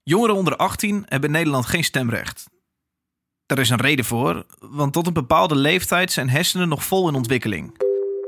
Jongeren onder 18 hebben in Nederland geen stemrecht. Daar is een reden voor, want tot een bepaalde leeftijd zijn hersenen nog vol in ontwikkeling.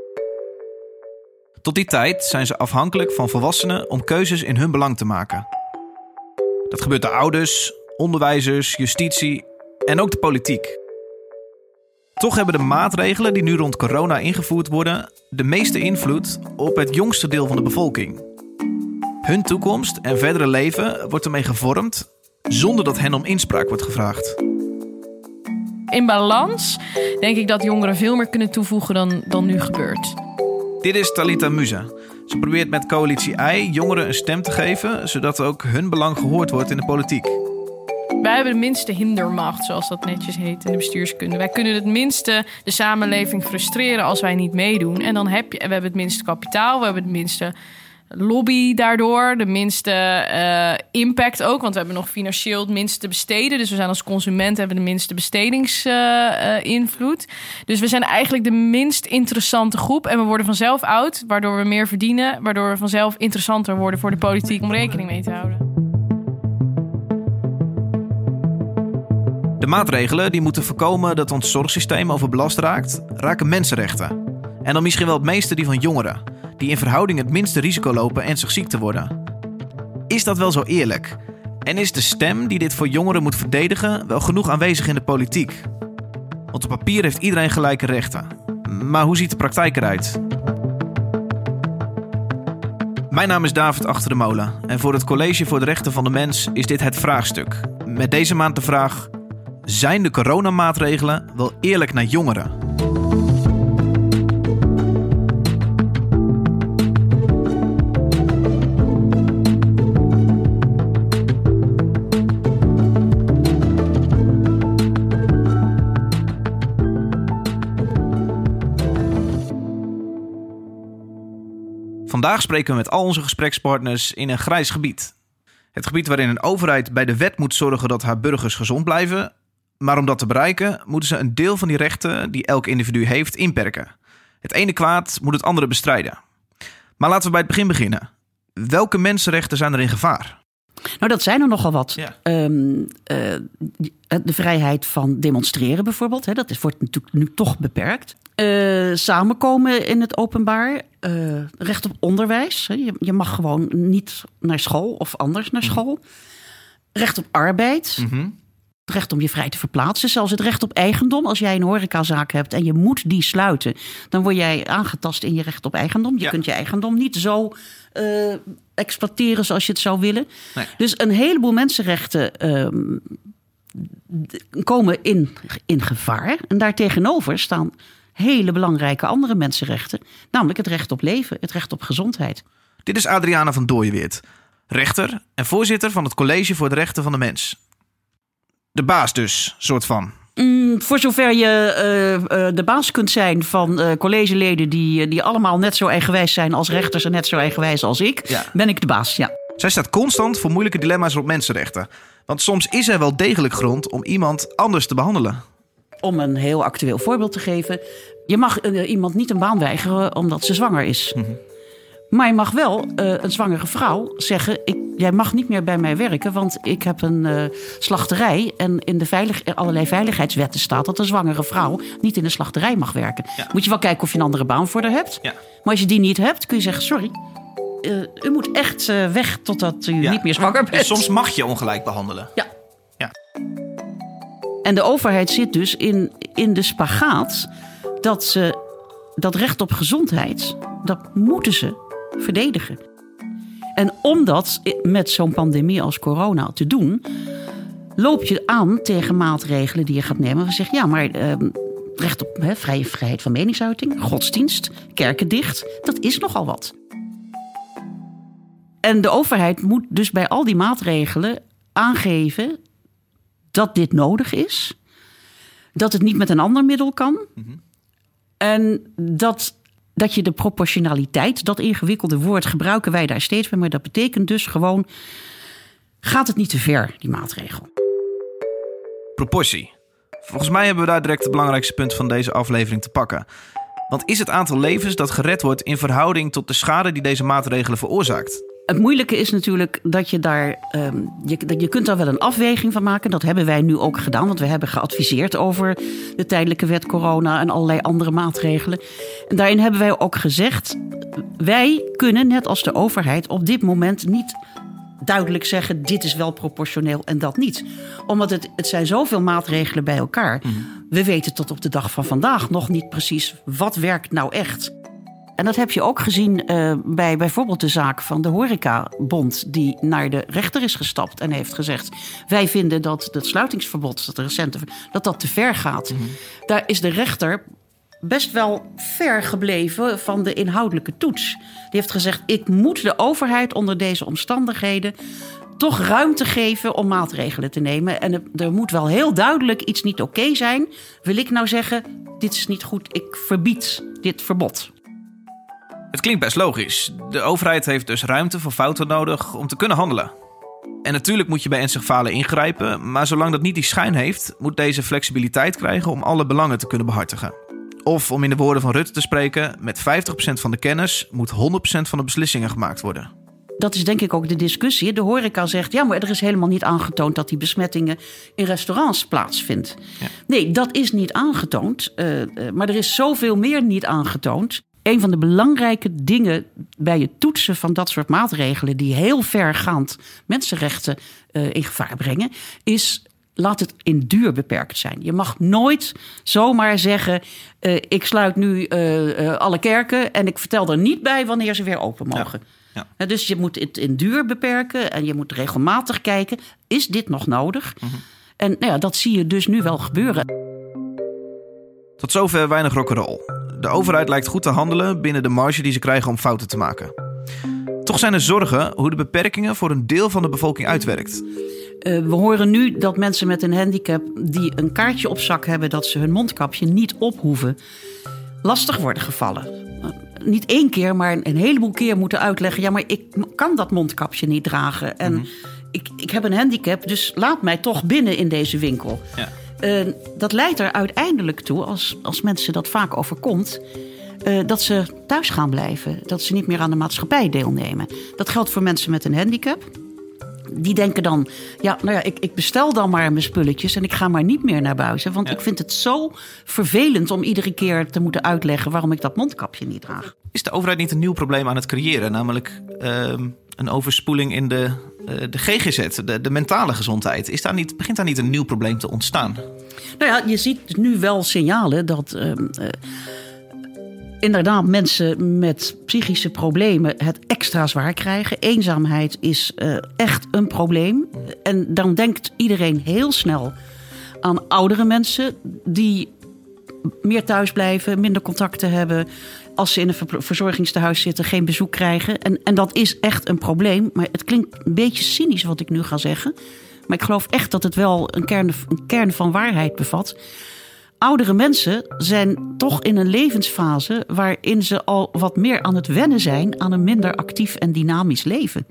Tot die tijd zijn ze afhankelijk van volwassenen om keuzes in hun belang te maken. Dat gebeurt door ouders, onderwijzers, justitie en ook de politiek. Toch hebben de maatregelen die nu rond corona ingevoerd worden de meeste invloed op het jongste deel van de bevolking. Hun toekomst en verdere leven wordt ermee gevormd zonder dat hen om inspraak wordt gevraagd. In balans denk ik dat jongeren veel meer kunnen toevoegen dan nu gebeurt. Dit is Talita Musa. Ze probeert met Coalitie I jongeren een stem te geven, zodat ook hun belang gehoord wordt in de politiek. Wij hebben de minste hindermacht, zoals dat netjes heet in de bestuurskunde. Wij kunnen het minste de samenleving frustreren als wij niet meedoen. En we hebben het minste kapitaal, we hebben het minste lobby daardoor, de minste impact ook. Want we hebben nog financieel het minste te besteden. Dus we zijn als consument hebben de minste bestedingsinvloed. Dus we zijn eigenlijk de minst interessante groep. En we worden vanzelf oud, waardoor we meer verdienen. Waardoor we vanzelf interessanter worden voor de politiek om rekening mee te houden. De maatregelen die moeten voorkomen dat ons zorgsysteem overbelast raakt, raken mensenrechten. En dan misschien wel het meeste die van jongeren, die in verhouding het minste risico lopen ernstig ziek te worden. Is dat wel zo eerlijk? En is de stem die dit voor jongeren moet verdedigen wel genoeg aanwezig in de politiek? Want op papier heeft iedereen gelijke rechten. Maar hoe ziet de praktijk eruit? Mijn naam is David Achter de Molen en voor het College voor de Rechten van de Mens is dit het vraagstuk. Met deze maand de vraag: zijn de coronamaatregelen wel eerlijk naar jongeren? Vandaag spreken we met al onze gesprekspartners in een grijs gebied. Het gebied waarin een overheid bij de wet moet zorgen dat haar burgers gezond blijven. Maar om dat te bereiken moeten ze een deel van die rechten die elk individu heeft inperken. Het ene kwaad moet het andere bestrijden. Maar laten we bij het begin beginnen. Welke mensenrechten zijn er in gevaar? Nou, dat zijn er nogal wat. Ja. De vrijheid van demonstreren bijvoorbeeld. Dat wordt natuurlijk nu toch beperkt. Samenkomen in het openbaar. Recht op onderwijs. Je mag gewoon niet naar school of anders naar school. Recht op arbeid. Mm-hmm. Het recht om je vrij te verplaatsen. Zelfs het recht op eigendom. Als jij een horecazaak hebt en je moet die sluiten, dan word jij aangetast in je recht op eigendom. Je kunt je eigendom niet zo exploiteren zoals je het zou willen. Nee. Dus een heleboel mensenrechten komen in gevaar. En daartegenover staan hele belangrijke andere mensenrechten. Namelijk het recht op leven, het recht op gezondheid. Dit is Adriana van Dooyeweerd, rechter en voorzitter van het College voor de Rechten van de Mens. De baas dus, soort van. Voor zover je de baas kunt zijn van collegeleden die allemaal net zo eigenwijs zijn als rechters en net zo eigenwijs als ik, ben ik de baas, ja. Zij staat constant voor moeilijke dilemma's rond mensenrechten. Want soms is er wel degelijk grond om iemand anders te behandelen. Om een heel actueel voorbeeld te geven. Je mag iemand niet een baan weigeren omdat ze zwanger is. Mm-hmm. Maar je mag wel een zwangere vrouw zeggen: jij mag niet meer bij mij werken, want ik heb een slachterij. En in de allerlei veiligheidswetten staat dat een zwangere vrouw niet in de slachterij mag werken. Ja. Moet je wel kijken of je een andere baan voor haar hebt. Ja. Maar als je die niet hebt, kun je zeggen: sorry, u moet echt weg totdat u niet meer zwanger bent. Dus soms mag je ongelijk behandelen. Ja. En de overheid zit dus in de spagaat dat recht op gezondheid, dat moeten ze verdedigen. En om dat met zo'n pandemie als corona te doen, loop je aan tegen maatregelen die je gaat nemen. We zeggen, ja, maar recht op vrijheid van meningsuiting, godsdienst, kerken dicht, dat is nogal wat. En de overheid moet dus bij al die maatregelen aangeven dat dit nodig is, dat het niet met een ander middel kan, en dat je de proportionaliteit, dat ingewikkelde woord gebruiken wij daar steeds bij, maar dat betekent dus gewoon, gaat het niet te ver, die maatregel? Proportie. Volgens mij hebben we daar direct het belangrijkste punt van deze aflevering te pakken. Want is het aantal levens dat gered wordt in verhouding tot de schade die deze maatregelen veroorzaakt? Het moeilijke is natuurlijk dat je daar... Je kunt daar wel een afweging van maken. Dat hebben wij nu ook gedaan. Want we hebben geadviseerd over de tijdelijke wet corona... en allerlei andere maatregelen. En daarin hebben wij ook gezegd... wij kunnen, net als de overheid, op dit moment niet duidelijk zeggen... dit is wel proportioneel en dat niet. Omdat het zijn zoveel maatregelen bij elkaar. We weten tot op de dag van vandaag nog niet precies... wat werkt nou echt. En dat heb je ook gezien bij bijvoorbeeld de zaak van de Horecabond... die naar de rechter is gestapt en heeft gezegd... wij vinden dat het sluitingsverbod, dat recente, dat te ver gaat. Daar is de rechter best wel ver gebleven van de inhoudelijke toets. Die heeft gezegd, ik moet de overheid onder deze omstandigheden... toch ruimte geven om maatregelen te nemen. En er moet wel heel duidelijk iets niet oké zijn. Wil ik nou zeggen, dit is niet goed, ik verbied dit verbod. Het klinkt best logisch. De overheid heeft dus ruimte voor fouten nodig om te kunnen handelen. En natuurlijk moet je bij ernstig falen ingrijpen... maar zolang dat niet die schijn heeft... moet deze flexibiliteit krijgen om alle belangen te kunnen behartigen. Of om in de woorden van Rutte te spreken... met 50% van de kennis moet 100% van de beslissingen gemaakt worden. Dat is denk ik ook de discussie. De horeca zegt, ja, maar er is helemaal niet aangetoond... dat die besmettingen in restaurants plaatsvindt. Ja. Nee, dat is niet aangetoond. Maar er is zoveel meer niet aangetoond. Een van de belangrijke dingen bij het toetsen van dat soort maatregelen... die heel vergaand mensenrechten in gevaar brengen... is, laat het in duur beperkt zijn. Je mag nooit zomaar zeggen... ik sluit nu alle kerken en ik vertel er niet bij... wanneer ze weer open mogen. Ja. Ja. Dus je moet het in duur beperken en je moet regelmatig kijken... is dit nog nodig? En nou ja, dat zie je dus nu wel gebeuren. Tot zover weinig rock'n'roll. De overheid lijkt goed te handelen binnen de marge die ze krijgen om fouten te maken. Toch zijn er zorgen hoe de beperkingen voor een deel van de bevolking uitwerkt. We horen nu dat mensen met een handicap die een kaartje op zak hebben... dat ze hun mondkapje niet op hoeven, lastig worden gevallen. Niet 1 keer, maar een heleboel keer moeten uitleggen... ja, maar ik kan dat mondkapje niet dragen. En ik heb een handicap, dus laat mij toch binnen in deze winkel. Ja. Dat leidt er uiteindelijk toe, als mensen dat vaak overkomt... dat ze thuis gaan blijven. Dat ze niet meer aan de maatschappij deelnemen. Dat geldt voor mensen met een handicap. Die denken dan, ik bestel dan maar mijn spulletjes... en ik ga maar niet meer naar buiten. Want ik vind het zo vervelend om iedere keer te moeten uitleggen... waarom ik dat mondkapje niet draag. Is de overheid niet een nieuw probleem aan het creëren? Namelijk een overspoeling in de GGZ, de mentale gezondheid. Begint daar niet een nieuw probleem te ontstaan? Nou ja, je ziet nu wel signalen dat... inderdaad, mensen met psychische problemen het extra zwaar krijgen. Eenzaamheid is echt een probleem. En dan denkt iedereen heel snel aan oudere mensen... die meer thuis blijven, minder contacten hebben... als ze in een verzorgingstehuis zitten, geen bezoek krijgen. En dat is echt een probleem. Maar het klinkt een beetje cynisch wat ik nu ga zeggen. Maar ik geloof echt dat het wel een kern van waarheid bevat... Oudere mensen zijn toch in een levensfase... waarin ze al wat meer aan het wennen zijn... aan een minder actief en dynamisch leven.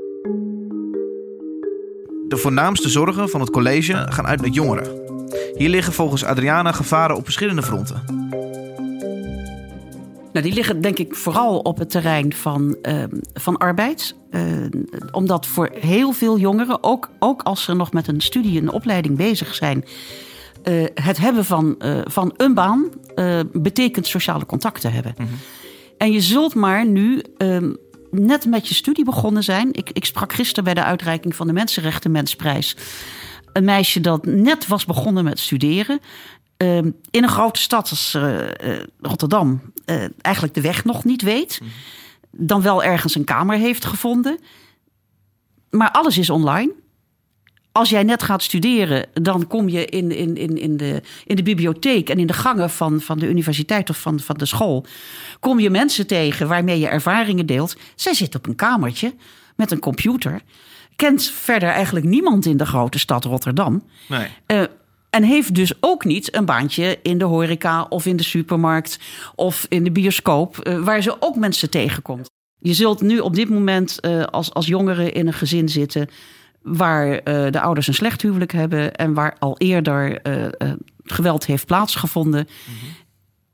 De voornaamste zorgen van het college gaan uit naar jongeren. Hier liggen volgens Adriana gevaren op verschillende fronten. Nou, die liggen denk ik vooral op het terrein van arbeid. Omdat voor heel veel jongeren, ook als ze nog met een studie... een opleiding bezig zijn... het hebben van een baan betekent sociale contacten hebben. En je zult maar nu net met je studie begonnen zijn. Ik sprak gisteren bij de uitreiking van de Mensenrechten Mensprijs. Een meisje dat net was begonnen met studeren. In een grote stad als Rotterdam eigenlijk de weg nog niet weet. Dan wel ergens een kamer heeft gevonden. Maar alles is online. Als jij net gaat studeren, dan kom je in de bibliotheek... en in de gangen van de universiteit of van de school... kom je mensen tegen waarmee je ervaringen deelt. Zij zit op een kamertje met een computer. Kent verder eigenlijk niemand in de grote stad Rotterdam. Nee. En heeft dus ook niet een baantje in de horeca of in de supermarkt... of in de bioscoop, waar ze ook mensen tegenkomt. Je zult nu op dit moment als jongeren in een gezin zitten... waar de ouders een slecht huwelijk hebben... en waar al eerder geweld heeft plaatsgevonden.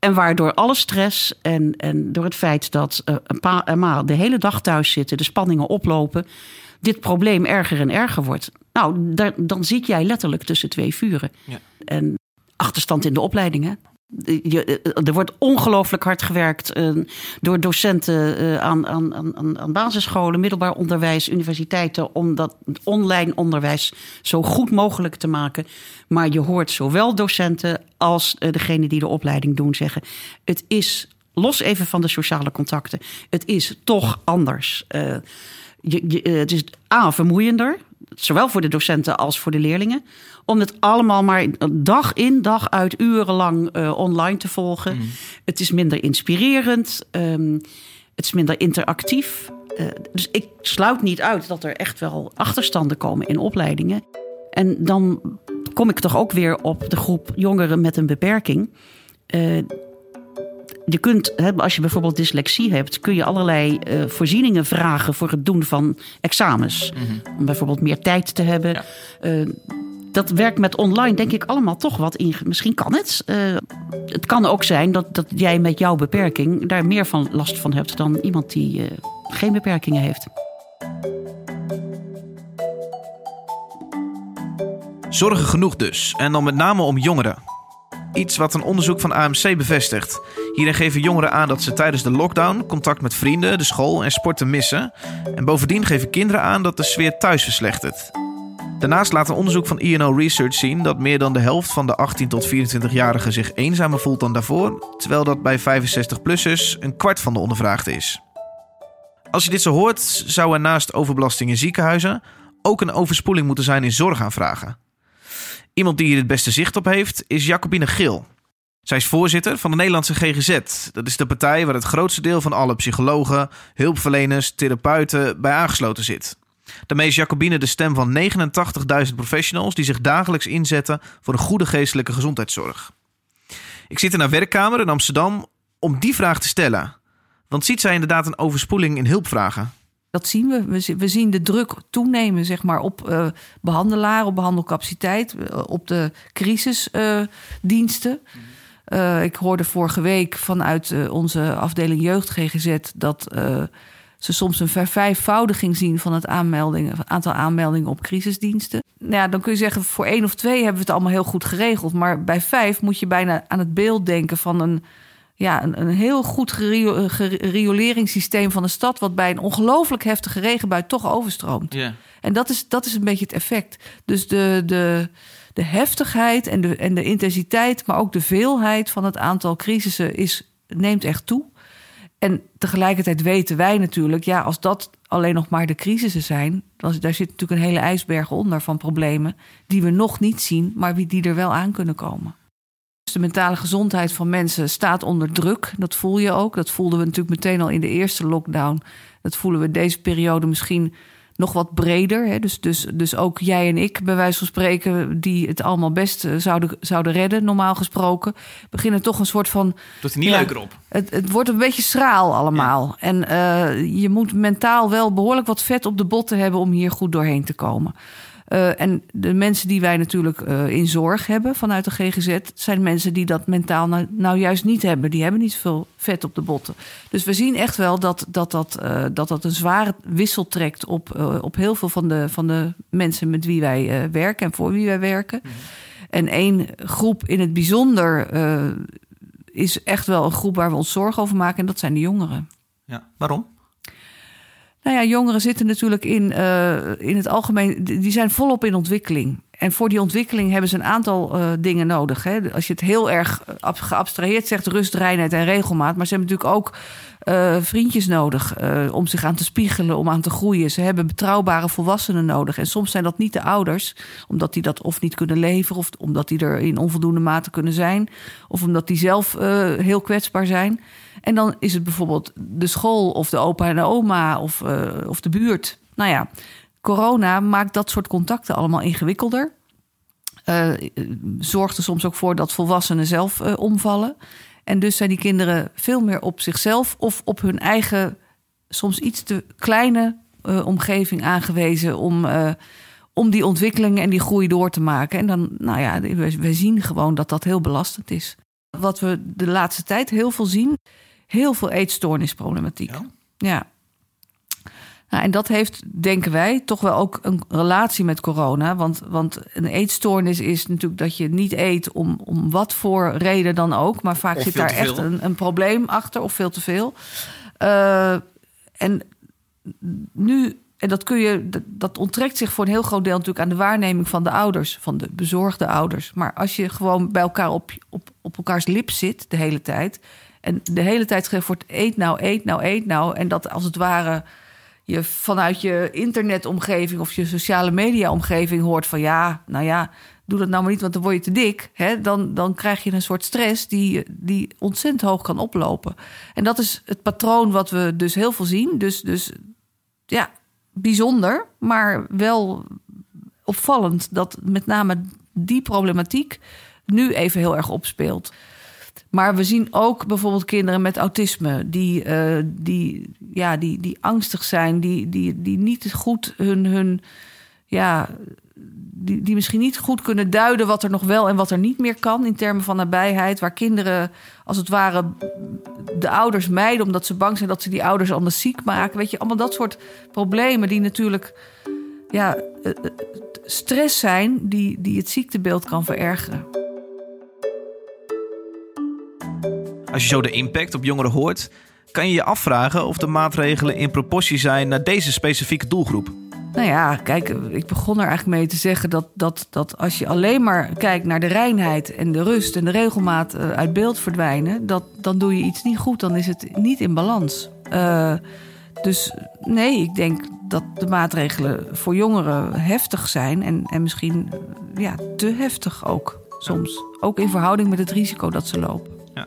En waardoor alle stress en door het feit dat een pa en ma de hele dag thuis zitten, de spanningen oplopen, dit probleem erger en erger wordt. Nou, dan zit jij letterlijk tussen 2 vuren. Ja. En achterstand in de opleidingen. Er wordt ongelooflijk hard gewerkt door docenten aan basisscholen, middelbaar onderwijs, universiteiten, om dat online onderwijs zo goed mogelijk te maken. Maar je hoort zowel docenten als degene die de opleiding doen zeggen, het is, los even van de sociale contacten, het is toch anders. Het is vermoeiender, zowel voor de docenten als voor de leerlingen, om het allemaal maar dag in, dag uit, urenlang online te volgen. Het is minder inspirerend. Het is minder interactief. Dus ik sluit niet uit dat er echt wel achterstanden komen in opleidingen. En dan kom ik toch ook weer op de groep jongeren met een beperking. Je kunt, als je bijvoorbeeld dyslexie hebt, kun je allerlei voorzieningen vragen voor het doen van examens. Om bijvoorbeeld meer tijd te hebben. Ja. Dat werkt met online denk ik allemaal toch wat in. Misschien kan het. Het kan ook zijn dat jij met jouw beperking daar meer last van hebt dan iemand die geen beperkingen heeft. Zorgen genoeg dus. En dan met name om jongeren. Iets wat een onderzoek van AMC bevestigt. Hierin geven jongeren aan dat ze tijdens de lockdown contact met vrienden, de school en sporten missen. En bovendien geven kinderen aan dat de sfeer thuis verslechtert. Daarnaast laat een onderzoek van INO Research zien dat meer dan de helft van de 18 tot 24-jarigen zich eenzamer voelt dan daarvoor, terwijl dat bij 65-plussers een kwart van de ondervraagden is. Als je dit zo hoort, zou er naast overbelasting in ziekenhuizen ook een overspoeling moeten zijn in zorgaanvragen. Iemand die hier het beste zicht op heeft is Jacobine Geel. Zij is voorzitter van de Nederlandse GGZ. Dat is de partij waar het grootste deel van alle psychologen, hulpverleners, therapeuten bij aangesloten zit. Daarmee is Jacobine de stem van 89.000 professionals die zich dagelijks inzetten voor een goede geestelijke gezondheidszorg. Ik zit in haar werkkamer in Amsterdam om die vraag te stellen. Want ziet zij inderdaad een overspoeling in hulpvragen? Dat zien we. We zien de druk toenemen, zeg maar, op behandelaren, op behandelcapaciteit, op de crisisdiensten. Ik hoorde vorige week vanuit onze afdeling jeugd GGZ dat ze soms een vervijfvoudiging zien van het aantal aanmeldingen op crisisdiensten. Nou ja, dan kun je zeggen, voor 1 of 2 hebben we het allemaal heel goed geregeld. Maar bij 5 moet je bijna aan het beeld denken van een heel goed rioleringssysteem van de stad, wat bij een ongelooflijk heftige regenbui toch overstroomt. Yeah. En dat is een beetje het effect. Dus de heftigheid en de intensiteit, maar ook de veelheid van het aantal crisissen neemt echt toe. En tegelijkertijd weten wij natuurlijk, ja, als dat alleen nog maar de crisissen zijn, daar zit natuurlijk een hele ijsberg onder van problemen die we nog niet zien, maar die er wel aan kunnen komen. De mentale gezondheid van mensen staat onder druk. Dat voel je ook. Dat voelden we natuurlijk meteen al in de eerste lockdown. Dat voelen we deze periode misschien nog wat breder. Hè? Dus ook jij en ik, bij wijze van spreken, die het allemaal best zouden redden, normaal gesproken, beginnen toch een soort van. Doet het niet leuker op? Het wordt een beetje schraal allemaal. Ja. En je moet mentaal wel behoorlijk wat vet op de botten hebben om hier goed doorheen te komen. En de mensen die wij natuurlijk in zorg hebben vanuit de GGZ, zijn mensen die dat mentaal nou juist niet hebben. Die hebben niet zoveel vet op de botten. Dus we zien echt wel dat een zware wissel trekt op heel veel van de mensen met wie wij werken en voor wie wij werken. Mm-hmm. En 1 groep in het bijzonder is echt wel een groep waar we ons zorgen over maken. En dat zijn de jongeren. Ja, waarom? Nou ja, jongeren zitten natuurlijk in het algemeen, die zijn volop in ontwikkeling. En voor die ontwikkeling hebben ze een aantal dingen nodig. Hè. Als je het heel erg geabstraheerd zegt, rust, reinheid en regelmaat. Maar ze hebben natuurlijk ook vriendjes nodig om zich aan te spiegelen, om aan te groeien. Ze hebben betrouwbare volwassenen nodig. En soms zijn dat niet de ouders, omdat die dat of niet kunnen leveren, of omdat die er in onvoldoende mate kunnen zijn, of omdat die zelf heel kwetsbaar zijn. En dan is het bijvoorbeeld de school of de opa en de oma of de buurt. Nou ja, corona maakt dat soort contacten allemaal ingewikkelder. Zorgt er soms ook voor dat volwassenen zelf omvallen. En dus zijn die kinderen veel meer op zichzelf of op hun eigen, soms iets te kleine omgeving aangewezen om die ontwikkeling en die groei door te maken. En dan, nou ja, we zien gewoon dat heel belastend is. wat we de laatste tijd heel veel zien. Heel veel eetstoornisproblematiek. Ja. Nou, en dat heeft, denken wij, toch wel ook een relatie met corona. Want een eetstoornis is natuurlijk dat je niet eet om wat voor reden dan ook. Maar vaak zit daar echt een probleem achter of veel te veel. En nu, en dat onttrekt zich voor een heel groot deel natuurlijk aan de waarneming van de ouders, van de bezorgde ouders. Maar als je gewoon bij elkaar op elkaars lip zit de hele tijd en de hele tijd gezegd wordt eet nou, en dat als het ware je vanuit je internetomgeving of je sociale media-omgeving hoort van doe dat nou maar niet, want dan word je te dik. Hè? Dan krijg je een soort stress die ontzettend hoog kan oplopen. En dat is het patroon wat we dus heel veel zien. Dus ja, bijzonder, maar wel opvallend dat met name die problematiek nu even heel erg opspeelt. Maar we zien ook bijvoorbeeld kinderen met autisme die angstig zijn, die niet goed die misschien niet goed kunnen duiden wat er nog wel en wat er niet meer kan in termen van nabijheid, waar kinderen als het ware de ouders mijden omdat ze bang zijn dat ze die ouders anders ziek maken. Weet je, allemaal dat soort problemen die natuurlijk stress zijn die het ziektebeeld kan verergeren. Als je zo de impact op jongeren hoort, kan je je afvragen of de maatregelen in proportie zijn naar deze specifieke doelgroep. Nou ja, kijk, ik begon er eigenlijk mee te zeggen dat als je alleen maar kijkt naar de reinheid en de rust en de regelmaat uit beeld verdwijnen, dan doe je iets niet goed, dan is het niet in balans. Dus nee, ik denk dat de maatregelen voor jongeren heftig zijn en misschien te heftig ook soms. Ook in verhouding met het risico dat ze lopen. Ja.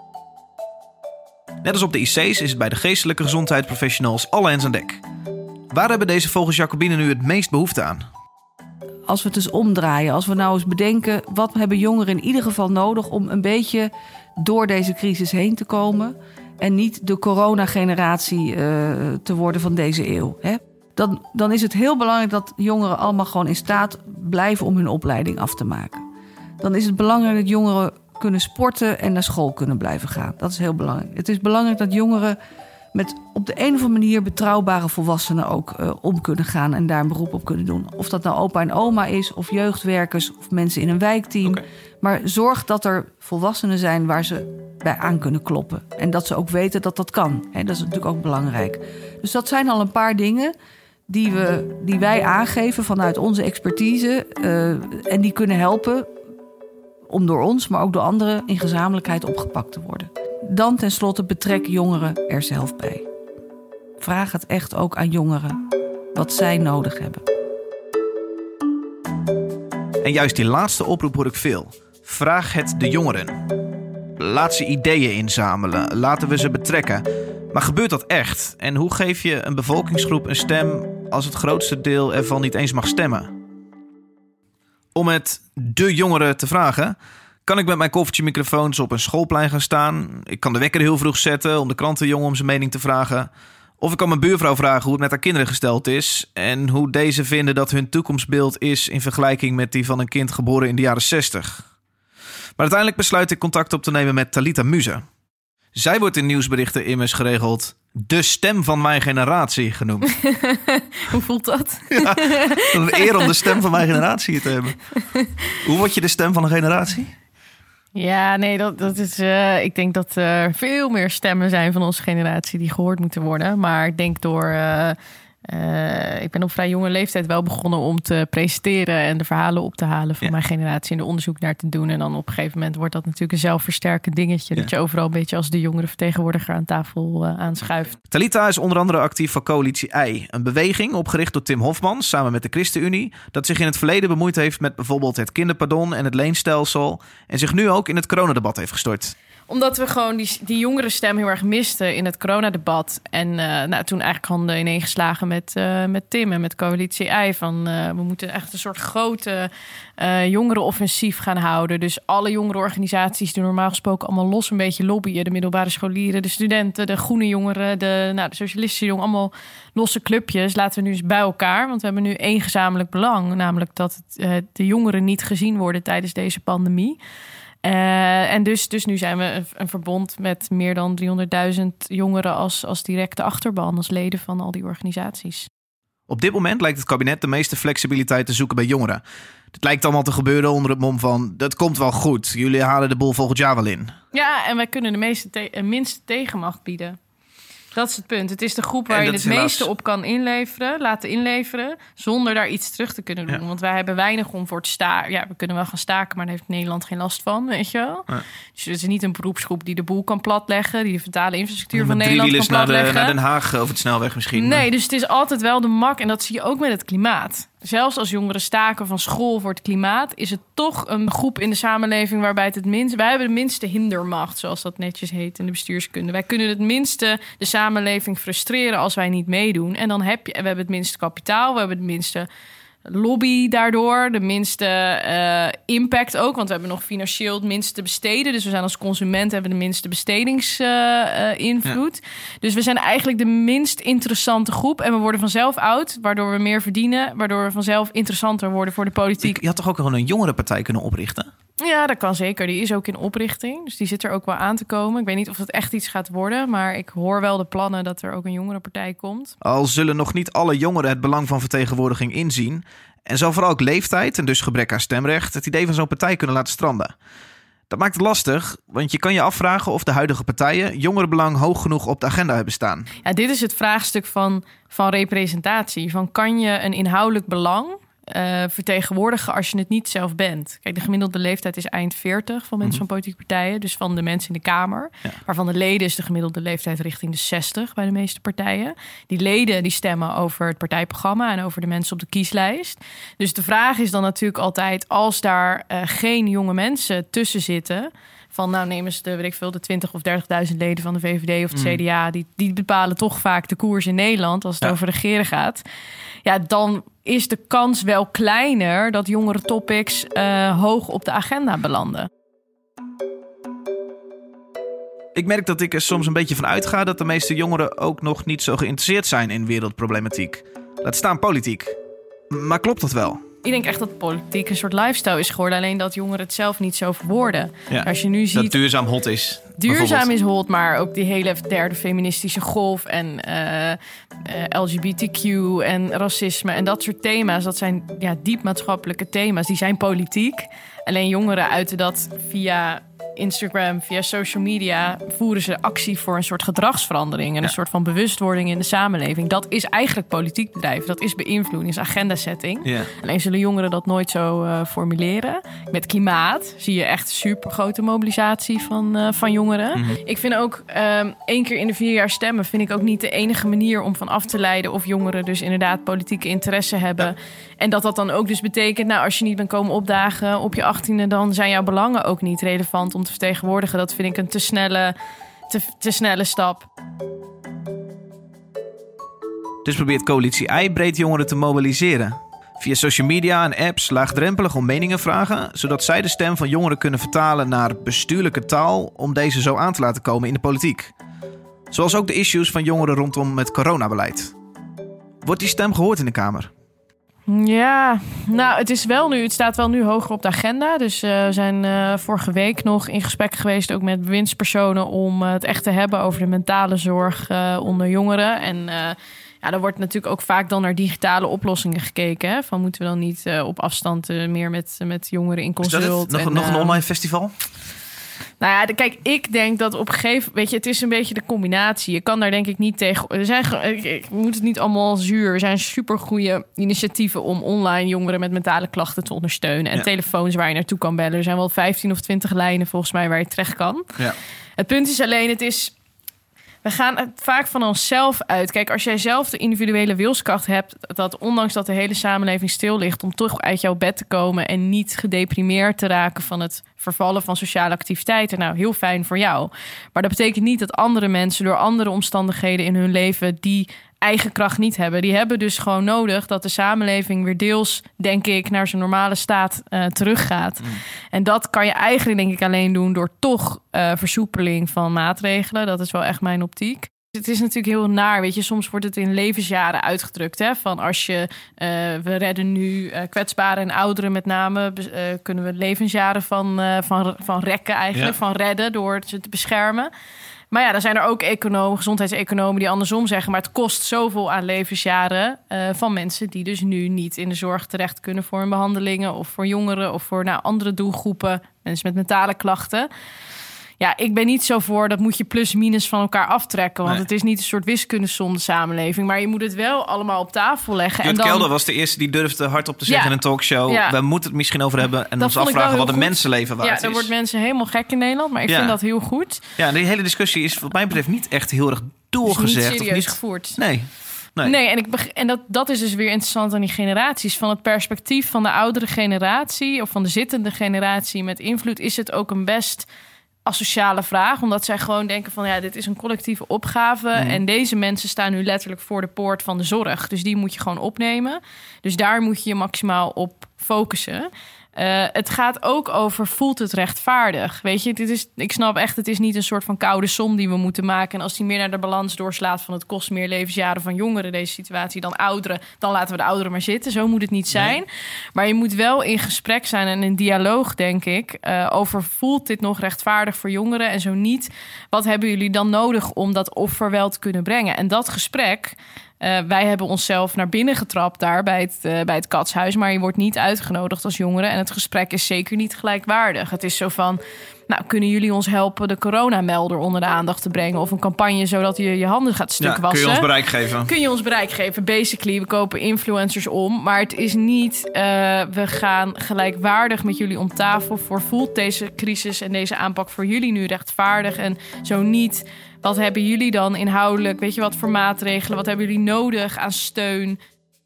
Net als op de IC's is het bij de geestelijke gezondheidsprofessionals alle hens aan dek. Waar hebben deze volgens Jacobine nu het meest behoefte aan? Als we het eens omdraaien, als we nou eens bedenken, wat hebben jongeren in ieder geval nodig om een beetje door deze crisis heen te komen en niet de coronageneratie te worden van deze eeuw. Hè? Dan is het heel belangrijk dat jongeren allemaal gewoon in staat blijven om hun opleiding af te maken. Dan is het belangrijk dat jongeren kunnen sporten en naar school kunnen blijven gaan. Dat is heel belangrijk. Het is belangrijk dat jongeren met op de een of andere manier betrouwbare volwassenen ook om kunnen gaan en daar een beroep op kunnen doen. Of dat nou opa en oma is, of jeugdwerkers, of mensen in een wijkteam. Okay. Maar zorg dat er volwassenen zijn waar ze bij aan kunnen kloppen. En dat ze ook weten dat dat kan. He, dat is natuurlijk ook belangrijk. Dus dat zijn al een paar dingen die wij aangeven vanuit onze expertise. En die kunnen helpen om door ons, maar ook door anderen in gezamenlijkheid opgepakt te worden. Dan tenslotte betrek jongeren er zelf bij. Vraag het echt ook aan jongeren wat zij nodig hebben. En juist die laatste oproep hoor ik veel. Vraag het de jongeren. Laat ze ideeën inzamelen. Laten we ze betrekken. Maar gebeurt dat echt? En hoe geef je een bevolkingsgroep een stem als het grootste deel ervan niet eens mag stemmen? Om het de jongeren te vragen, kan ik met mijn koffertje microfoons op een schoolplein gaan staan. Ik kan de wekker heel vroeg zetten om de krantenjongen om zijn mening te vragen. Of ik kan mijn buurvrouw vragen hoe het met haar kinderen gesteld is en hoe deze vinden dat hun toekomstbeeld is in vergelijking met die van een kind geboren in de jaren 60. Maar uiteindelijk besluit ik contact op te nemen met Talita Muze. Zij wordt in nieuwsberichten immers geregeld de stem van mijn generatie genoemd. Hoe voelt dat? Ja, een eer om de stem van mijn generatie te hebben. Hoe word je de stem van een generatie? Ja, nee, dat is. Ik denk dat er veel meer stemmen zijn van onze generatie die gehoord moeten worden. Maar ik denk door. Ik ben op vrij jonge leeftijd wel begonnen om te presenteren en de verhalen op te halen van mijn generatie en er onderzoek naar te doen. En dan op een gegeven moment wordt dat natuurlijk een zelfversterkend dingetje. Ja. Dat je overal een beetje als de jongere vertegenwoordiger aan tafel aanschuift. Talita is onder andere actief voor Coalitie I. Een beweging opgericht door Tim Hofman samen met de ChristenUnie. Dat zich in het verleden bemoeid heeft met bijvoorbeeld het kinderpardon en het leenstelsel. En zich nu ook in het coronadebat heeft gestort. Omdat we gewoon die jongere stem heel erg misten in het coronadebat. En toen eigenlijk handen ineengeslagen met Tim en met Coalitie I. Van we moeten echt een soort grote jongerenoffensief gaan houden. Dus alle jongerenorganisaties die normaal gesproken allemaal los een beetje lobbyen. De middelbare scholieren, de studenten, de groene jongeren, de socialistische jongeren. Allemaal losse clubjes. Laten we nu eens bij elkaar. Want we hebben nu één gezamenlijk belang. Namelijk dat de jongeren niet gezien worden tijdens deze pandemie. En dus nu zijn we een verbond met meer dan 300.000 jongeren als directe achterban, als leden van al die organisaties. Op dit moment lijkt het kabinet de meeste flexibiliteit te zoeken bij jongeren. Het lijkt allemaal te gebeuren onder het mom van, dat komt wel goed. Jullie halen de boel volgend jaar wel in. Ja, en wij kunnen de minste tegenmacht bieden. Dat is het punt. Het is de groep waar je het meeste op kan laten inleveren, zonder daar iets terug te kunnen doen. Ja. Want wij hebben weinig om voor te staken. Ja, we kunnen wel gaan staken, maar daar heeft Nederland geen last van, weet je wel. Ja. Dus het is niet een beroepsgroep die de boel kan platleggen, die de vitale infrastructuur van Nederland kan platleggen. Naar Den Haag over het snelweg misschien. Nee, dus het is altijd wel de mak. En dat zie je ook met het klimaat. Zelfs als jongeren staken van school voor het klimaat, is het toch een groep in de samenleving waarbij het minst... Wij hebben de minste hindermacht, zoals dat netjes heet in de bestuurskunde. Wij kunnen het minste de samenleving frustreren als wij niet meedoen. En dan we hebben het minste kapitaal, we hebben het minste lobby daardoor, de minste impact ook, want we hebben nog financieel het minste te besteden. Dus we zijn als consument hebben de minste bestedingsinvloed. Ja. Dus we zijn eigenlijk de minst interessante groep en we worden vanzelf oud, waardoor we meer verdienen, waardoor we vanzelf interessanter worden voor de politiek. Je had toch ook gewoon een jongerenpartij kunnen oprichten? Ja, dat kan zeker. Die is ook in oprichting. Dus die zit er ook wel aan te komen. Ik weet niet of het echt iets gaat worden, maar ik hoor wel de plannen dat er ook een jongerenpartij komt. Al zullen nog niet alle jongeren het belang van vertegenwoordiging inzien, en zal vooral ook leeftijd en dus gebrek aan stemrecht het idee van zo'n partij kunnen laten stranden. Dat maakt het lastig, want je kan je afvragen of de huidige partijen jongerenbelang hoog genoeg op de agenda hebben staan. Ja, dit is het vraagstuk van representatie. Van kan je een inhoudelijk belang vertegenwoordigen als je het niet zelf bent? Kijk, de gemiddelde leeftijd is eind 40 van mensen van politieke partijen. Dus van de mensen in de Kamer. Ja. Maar van de leden is de gemiddelde leeftijd richting de 60 bij de meeste partijen. Die leden die stemmen over het partijprogramma en over de mensen op de kieslijst. Dus de vraag is dan natuurlijk altijd, als daar geen jonge mensen tussen zitten, van nou nemen ze de 20 of 30.000 leden van de VVD of het CDA, die bepalen toch vaak de koers in Nederland als het over regeren gaat. Ja, dan is de kans wel kleiner dat jongere topics hoog op de agenda belanden. Ik merk dat ik er soms een beetje van uitga dat de meeste jongeren ook nog niet zo geïnteresseerd zijn in wereldproblematiek. Laat staan politiek. Maar klopt dat wel? Ik denk echt dat politiek een soort lifestyle is geworden. Alleen dat jongeren het zelf niet zo verwoorden. Ja, als je nu ziet dat duurzaam hot is. Duurzaam is hot, maar ook die hele derde feministische golf en LGBTQ en racisme en dat soort thema's. Dat zijn diep maatschappelijke thema's. Die zijn politiek. Alleen jongeren uiten dat via Instagram, via social media, voeren ze actie voor een soort gedragsverandering en een soort van bewustwording in de samenleving. Dat is eigenlijk politiek bedrijven. Dat is beïnvloeding, is agendasetting. Ja. Alleen zullen jongeren dat nooit zo formuleren. Met klimaat zie je echt super grote mobilisatie van jongeren. Mm-hmm. Ik vind ook 1 keer in de 4 jaar stemmen vind ik ook niet de enige manier om van af te leiden of jongeren dus inderdaad politieke interesse hebben. Ja. En dat dan ook dus betekent, nou, als je niet bent komen opdagen op je 18e, dan zijn jouw belangen ook niet relevant om te vertegenwoordigen. Dat vind ik een te snelle stap. Dus probeert coalitie I breed jongeren te mobiliseren. Via social media en apps laagdrempelig om meningen vragen, zodat zij de stem van jongeren kunnen vertalen naar bestuurlijke taal om deze zo aan te laten komen in de politiek. Zoals ook de issues van jongeren rondom het coronabeleid. Wordt die stem gehoord in de Kamer? Ja, nou, het staat wel nu hoger op de agenda. Dus we zijn vorige week nog in gesprek geweest, ook met bewindspersonen, om het echt te hebben over de mentale zorg onder jongeren. En er wordt natuurlijk ook vaak dan naar digitale oplossingen gekeken. Hè? Van moeten we dan niet op afstand meer met jongeren in consult? Is dat nog een online festival? Nou ja, kijk, ik denk dat op een gegeven moment, het is een beetje de combinatie. Je kan daar denk ik niet tegen. We moeten het niet allemaal zuur. Er zijn supergoeie initiatieven om online jongeren met mentale klachten te ondersteunen. En telefoons waar je naartoe kan bellen. Er zijn wel 15 of 20 lijnen volgens mij waar je terecht kan. Ja. Het punt is alleen, we gaan het vaak van onszelf uit. Kijk, als jij zelf de individuele wilskracht hebt, dat ondanks dat de hele samenleving stil ligt, om toch uit jouw bed te komen en niet gedeprimeerd te raken van het vervallen van sociale activiteiten. Nou, heel fijn voor jou. Maar dat betekent niet dat andere mensen door andere omstandigheden in hun leven die eigen kracht niet hebben. Die hebben dus gewoon nodig dat de samenleving weer deels, denk ik, naar zijn normale staat teruggaat. En dat kan je eigenlijk, denk ik, alleen doen door toch versoepeling van maatregelen. Dat is wel echt mijn optiek. Het is natuurlijk heel naar, weet je. Soms wordt het in levensjaren uitgedrukt. Hè? Van als je, we redden nu kwetsbaren en ouderen met name. Kunnen we levensjaren van rekken eigenlijk. Ja. Van redden door ze te beschermen. Maar ja, dan zijn er ook gezondheidseconomen die andersom zeggen. Maar het kost zoveel aan levensjaren van mensen die dus nu niet in de zorg terecht kunnen voor hun behandelingen. Of voor jongeren of voor andere doelgroepen. Mensen met mentale klachten. Ja, ik ben niet zo voor, dat moet je plus-minus van elkaar aftrekken. Want het is niet een soort wiskundesom, de samenleving. Maar je moet het wel allemaal op tafel leggen. Jut Kelder was de eerste die durfde hardop te zeggen in een talkshow. Ja. We moeten het misschien over hebben en ons afvragen wat een mensenleven waard is. Ja, daar wordt mensen helemaal gek in Nederland. Maar ik vind dat heel goed. Ja, die hele discussie is wat mij betreft niet echt heel erg doorgezegd. Is niet serieus gevoerd. Nee, en dat is dus weer interessant aan die generaties. Van het perspectief van de oudere generatie of van de zittende generatie met invloed is het ook een best asociale vraag, omdat zij gewoon denken van dit is een collectieve opgave en deze mensen staan nu letterlijk voor de poort van de zorg. Dus die moet je gewoon opnemen. Dus daar moet je je maximaal op focussen. Het gaat ook over, voelt het rechtvaardig? Weet je, ik snap echt, het is niet een soort van koude som die we moeten maken. En als die meer naar de balans doorslaat van het kost meer levensjaren van jongeren, deze situatie, dan ouderen, dan laten we de ouderen maar zitten. Zo moet het niet zijn. Nee. Maar je moet wel in gesprek zijn en in dialoog, denk ik, over voelt dit nog rechtvaardig voor jongeren? En zo niet, wat hebben jullie dan nodig om dat offer wel te kunnen brengen? En dat gesprek, wij hebben onszelf naar binnen getrapt daar bij het Katshuis, maar je wordt niet uitgenodigd als jongere en het gesprek is zeker niet gelijkwaardig. Het is zo van, kunnen jullie ons helpen de coronamelder onder de aandacht te brengen of een campagne zodat je handen gaat stuk wassen? Kun je ons bereik geven? Kun je ons bereik geven? Basically, we kopen influencers om, maar het is niet, we gaan gelijkwaardig met jullie om tafel voor voelt deze crisis en deze aanpak voor jullie nu rechtvaardig en zo niet. Wat hebben jullie dan inhoudelijk? Weet je wat voor maatregelen? Wat hebben jullie nodig aan steun?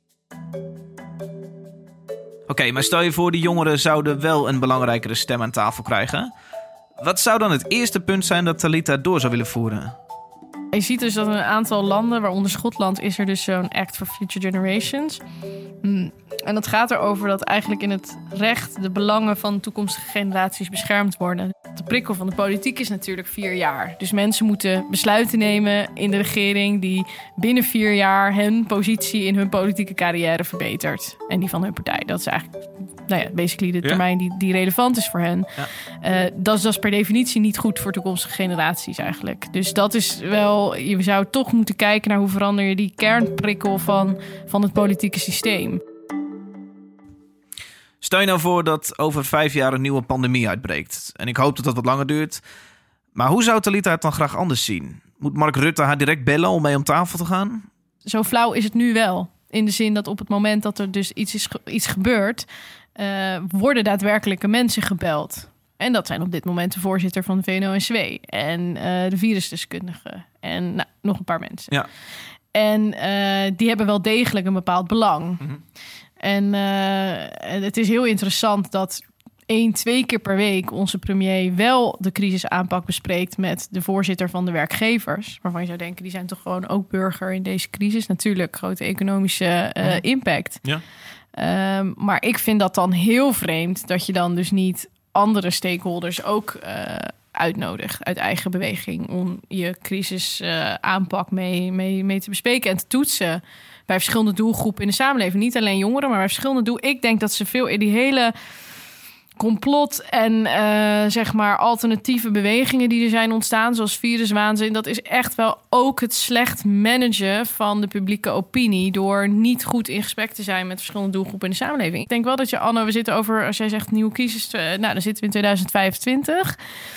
Oké, maar stel je voor, die jongeren zouden wel een belangrijkere stem aan tafel krijgen. Wat zou dan het eerste punt zijn dat Talita door zou willen voeren? Je ziet dus dat in een aantal landen, waaronder Schotland, is er dus zo'n Act for Future Generations. En dat gaat erover dat eigenlijk in het recht de belangen van toekomstige generaties beschermd worden. De prikkel van de politiek is natuurlijk 4 jaar. Dus mensen moeten besluiten nemen in de regering die binnen 4 jaar hun positie in hun politieke carrière verbetert. En die van hun partij. Dat is eigenlijk basically de termijn die relevant is voor hen. Ja. Dat is per definitie niet goed voor toekomstige generaties eigenlijk. Dus dat is wel, je zou toch moeten kijken naar hoe verander je die kernprikkel van het politieke systeem. Stel je nou voor dat over 5 jaar een nieuwe pandemie uitbreekt. En ik hoop dat dat wat langer duurt. Maar hoe zou Talita het dan graag anders zien? Moet Mark Rutte haar direct bellen om mee om tafel te gaan? Zo flauw is het nu wel. In de zin dat op het moment dat er dus iets gebeurt, worden daadwerkelijke mensen gebeld. En dat zijn op dit moment de voorzitter van de VNO-NCW en de virusdeskundige en nog een paar mensen. Ja. En die hebben wel degelijk een bepaald belang. Mm-hmm. En het is heel interessant dat 1-2 keer per week onze premier wel de crisisaanpak bespreekt met de voorzitter van de werkgevers. Waarvan je zou denken, die zijn toch gewoon ook burger in deze crisis. Natuurlijk, grote economische impact. Ja. Maar ik vind dat dan heel vreemd dat je dan dus niet andere stakeholders ook uitnodigt uit eigen beweging om je crisisaanpak mee te bespreken en te toetsen bij verschillende doelgroepen in de samenleving. Niet alleen jongeren, maar bij verschillende doelgroepen. Ik denk dat ze veel in die hele complot en alternatieve bewegingen die er zijn ontstaan, zoals viruswaanzin, dat is echt wel ook het slecht managen van de publieke opinie door niet goed in gesprek te zijn met verschillende doelgroepen in de samenleving. Ik denk wel dat we zitten over, als jij zegt nieuwe crisis, dan zitten we in 2025.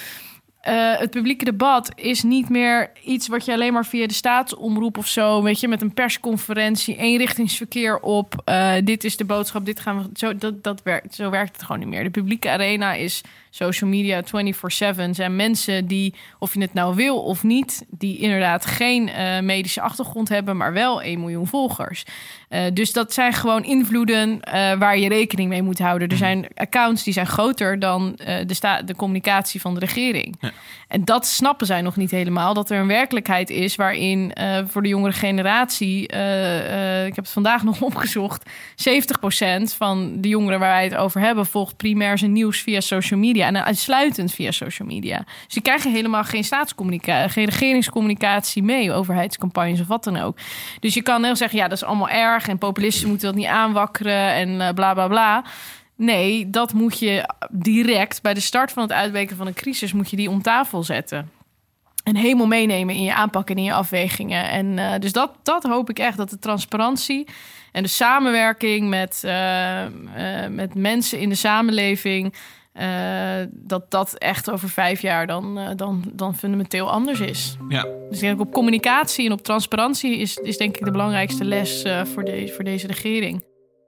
Het publieke debat is niet meer iets wat je alleen maar via de staatsomroep of zo, weet je, met een persconferentie, eenrichtingsverkeer op. Dit is de boodschap, dit gaan we. Zo werkt het gewoon niet meer. De publieke arena is social media 24/7. Zijn mensen die, of je het nou wil of niet, die inderdaad geen medische achtergrond hebben, maar wel 1 miljoen volgers. Dus dat zijn gewoon invloeden waar je rekening mee moet houden. Er zijn accounts die zijn groter dan de communicatie van de regering. Ja. En dat snappen zij nog niet helemaal. Dat er een werkelijkheid is waarin voor de jongere generatie, ik heb het vandaag nog opgezocht, 70% van de jongeren waar wij het over hebben volgt primair zijn nieuws via social media. media en uitsluitend via social media. Dus die krijgen helemaal geen geen regeringscommunicatie mee, overheidscampagnes of wat dan ook. Dus je kan heel zeggen, ja, dat is allemaal erg en populisten moeten dat niet aanwakkeren en bla bla bla. Nee, dat moet je direct bij de start van het uitbreken van een crisis moet je die om tafel zetten. En helemaal meenemen in je aanpak en in je afwegingen. En dus dat hoop ik echt, dat de transparantie en de samenwerking met mensen in de samenleving, dat echt over 5 jaar dan fundamenteel anders is. Ja. Dus ik denk op communicatie en op transparantie is denk ik de belangrijkste les voor deze regering.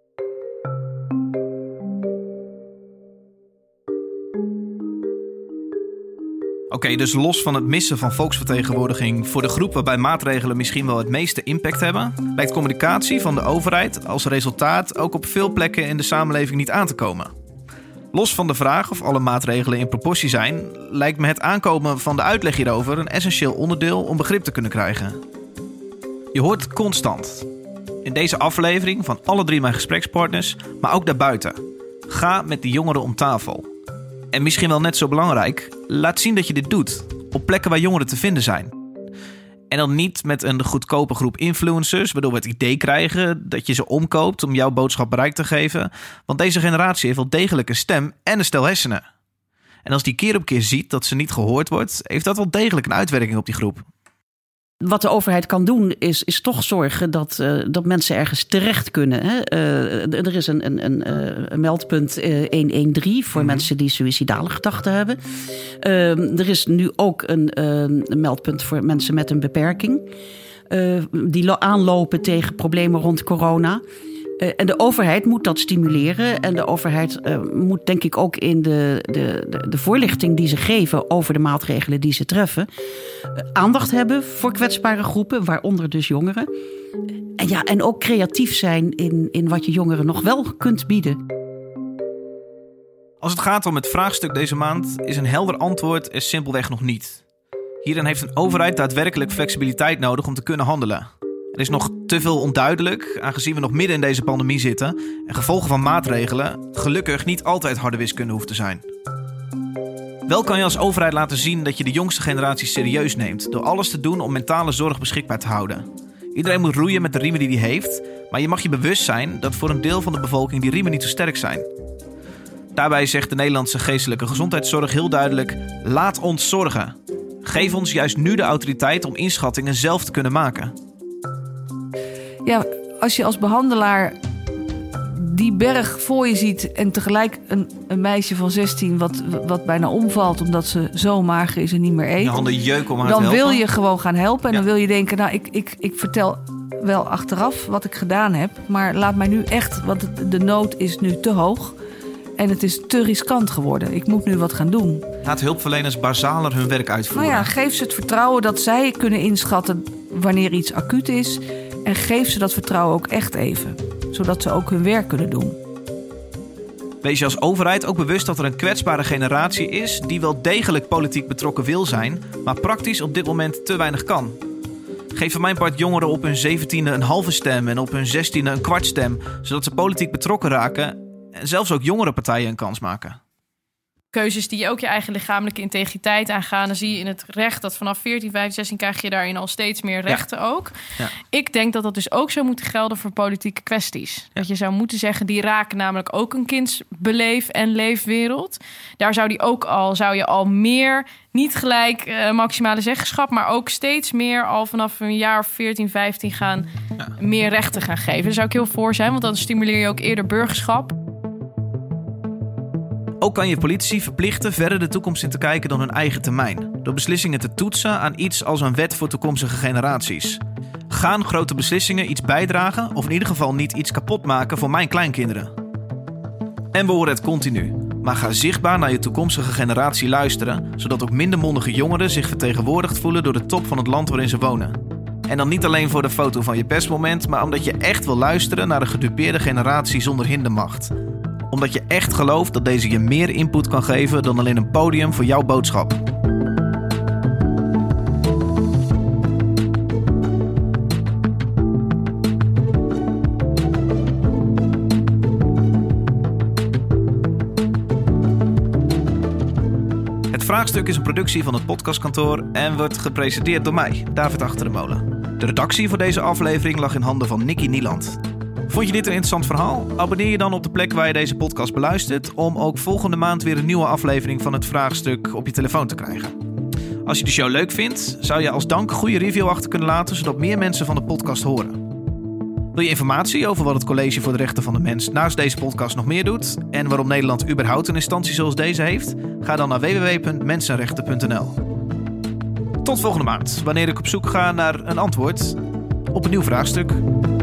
Oké, dus los van het missen van volksvertegenwoordiging voor de groep waarbij maatregelen misschien wel het meeste impact hebben, lijkt communicatie van de overheid als resultaat ook op veel plekken in de samenleving niet aan te komen. Los van de vraag of alle maatregelen in proportie zijn, lijkt me het aankomen van de uitleg hierover een essentieel onderdeel om begrip te kunnen krijgen. Je hoort het constant. In deze aflevering van alle 3 mijn gesprekspartners, maar ook daarbuiten. Ga met die jongeren om tafel. En misschien wel net zo belangrijk, laat zien dat je dit doet. Op plekken waar jongeren te vinden zijn. En dan niet met een goedkope groep influencers, waardoor we het idee krijgen dat je ze omkoopt om jouw boodschap bereik te geven. Want deze generatie heeft wel degelijk een stem en een stel hersenen. En als die keer op keer ziet dat ze niet gehoord wordt, heeft dat wel degelijk een uitwerking op die groep. Wat de overheid kan doen is toch zorgen dat mensen ergens terecht kunnen. Hè? Er is een meldpunt 113 voor mensen die suïcidale gedachten hebben. Er is nu ook een meldpunt voor mensen met een beperking. Die aanlopen tegen problemen rond corona. En de overheid moet dat stimuleren. En de overheid moet denk ik ook in de voorlichting die ze geven over de maatregelen die ze treffen, aandacht hebben voor kwetsbare groepen, waaronder dus jongeren. En ook creatief zijn in wat je jongeren nog wel kunt bieden. Als het gaat om het vraagstuk deze maand, is een helder antwoord er simpelweg nog niet. Hierin heeft een overheid daadwerkelijk flexibiliteit nodig om te kunnen handelen. Er is nog te veel onduidelijk, aangezien we nog midden in deze pandemie zitten en gevolgen van maatregelen gelukkig niet altijd harde wiskunde hoeft te zijn. Wel kan je als overheid laten zien dat je de jongste generatie serieus neemt door alles te doen om mentale zorg beschikbaar te houden. Iedereen moet roeien met de riemen die hij heeft, maar je mag je bewust zijn dat voor een deel van de bevolking die riemen niet zo sterk zijn. Daarbij zegt de Nederlandse geestelijke gezondheidszorg heel duidelijk: laat ons zorgen. Geef ons juist nu de autoriteit om inschattingen zelf te kunnen maken. Ja, als je als behandelaar die berg voor je ziet en tegelijk een meisje van 16 wat bijna omvalt omdat ze zo mager is en niet meer eet. Je handen jeuken om haar te dan helpen. wil je gewoon gaan helpen en Ja. dan wil je denken, nou ik vertel wel achteraf wat ik gedaan heb, maar laat mij nu echt, want de nood is nu te hoog en het is te riskant geworden. Ik moet nu wat gaan doen. Laat hulpverleners basaler hun werk uitvoeren. Nou ja, geef ze het vertrouwen dat zij kunnen inschatten wanneer iets acuut is. En geef ze dat vertrouwen ook echt even. Zodat ze ook hun werk kunnen doen. Wees je als overheid ook bewust dat er een kwetsbare generatie is die wel degelijk politiek betrokken wil zijn, maar praktisch op dit moment te weinig kan. Geef van mijn part jongeren op hun 17e een halve stem en op hun 16e een kwart stem, zodat ze politiek betrokken raken en zelfs ook jongere partijen een kans maken. Keuzes die ook je eigen lichamelijke integriteit aangaan. Dan zie je in het recht dat vanaf 14, 15, 16 krijg je daarin al steeds meer rechten ook. Ja. Ik denk dat dat dus ook zou moeten gelden voor politieke kwesties. Ja. Dat je zou moeten zeggen, die raken namelijk ook een kinds beleef- en leefwereld. Daar zou je al meer, niet gelijk maximale zeggenschap, maar ook steeds meer al vanaf een jaar of 14, 15 gaan meer rechten gaan geven. Daar zou ik heel voor zijn, want dan stimuleer je ook eerder burgerschap. Ook kan je politici verplichten verder de toekomst in te kijken dan hun eigen termijn, door beslissingen te toetsen aan iets als een wet voor toekomstige generaties. Gaan grote beslissingen iets bijdragen of in ieder geval niet iets kapot maken voor mijn kleinkinderen? En we horen het continu, maar ga zichtbaar naar je toekomstige generatie luisteren, zodat ook minder mondige jongeren zich vertegenwoordigd voelen door de top van het land waarin ze wonen. En dan niet alleen voor de foto van je persmoment, maar omdat je echt wil luisteren naar de gedupeerde generatie zonder hindermacht. Omdat je echt gelooft dat deze je meer input kan geven dan alleen een podium voor jouw boodschap. Vraagstuk is een productie van het Podcastkantoor en wordt gepresenteerd door mij, David Achter de Molen. De redactie voor deze aflevering lag in handen van Nicky Nieland. Vond je dit een interessant verhaal? Abonneer je dan op de plek waar je deze podcast beluistert om ook volgende maand weer een nieuwe aflevering van het Vraagstuk op je telefoon te krijgen. Als je de show leuk vindt, zou je als dank een goede review achter kunnen laten, zodat meer mensen van de podcast horen. Wil je informatie over wat het College voor de Rechten van de Mens naast deze podcast nog meer doet en waarom Nederland überhaupt een instantie zoals deze heeft? Ga dan naar www.mensenrechten.nl. Tot volgende maand, wanneer ik op zoek ga naar een antwoord op een nieuw vraagstuk.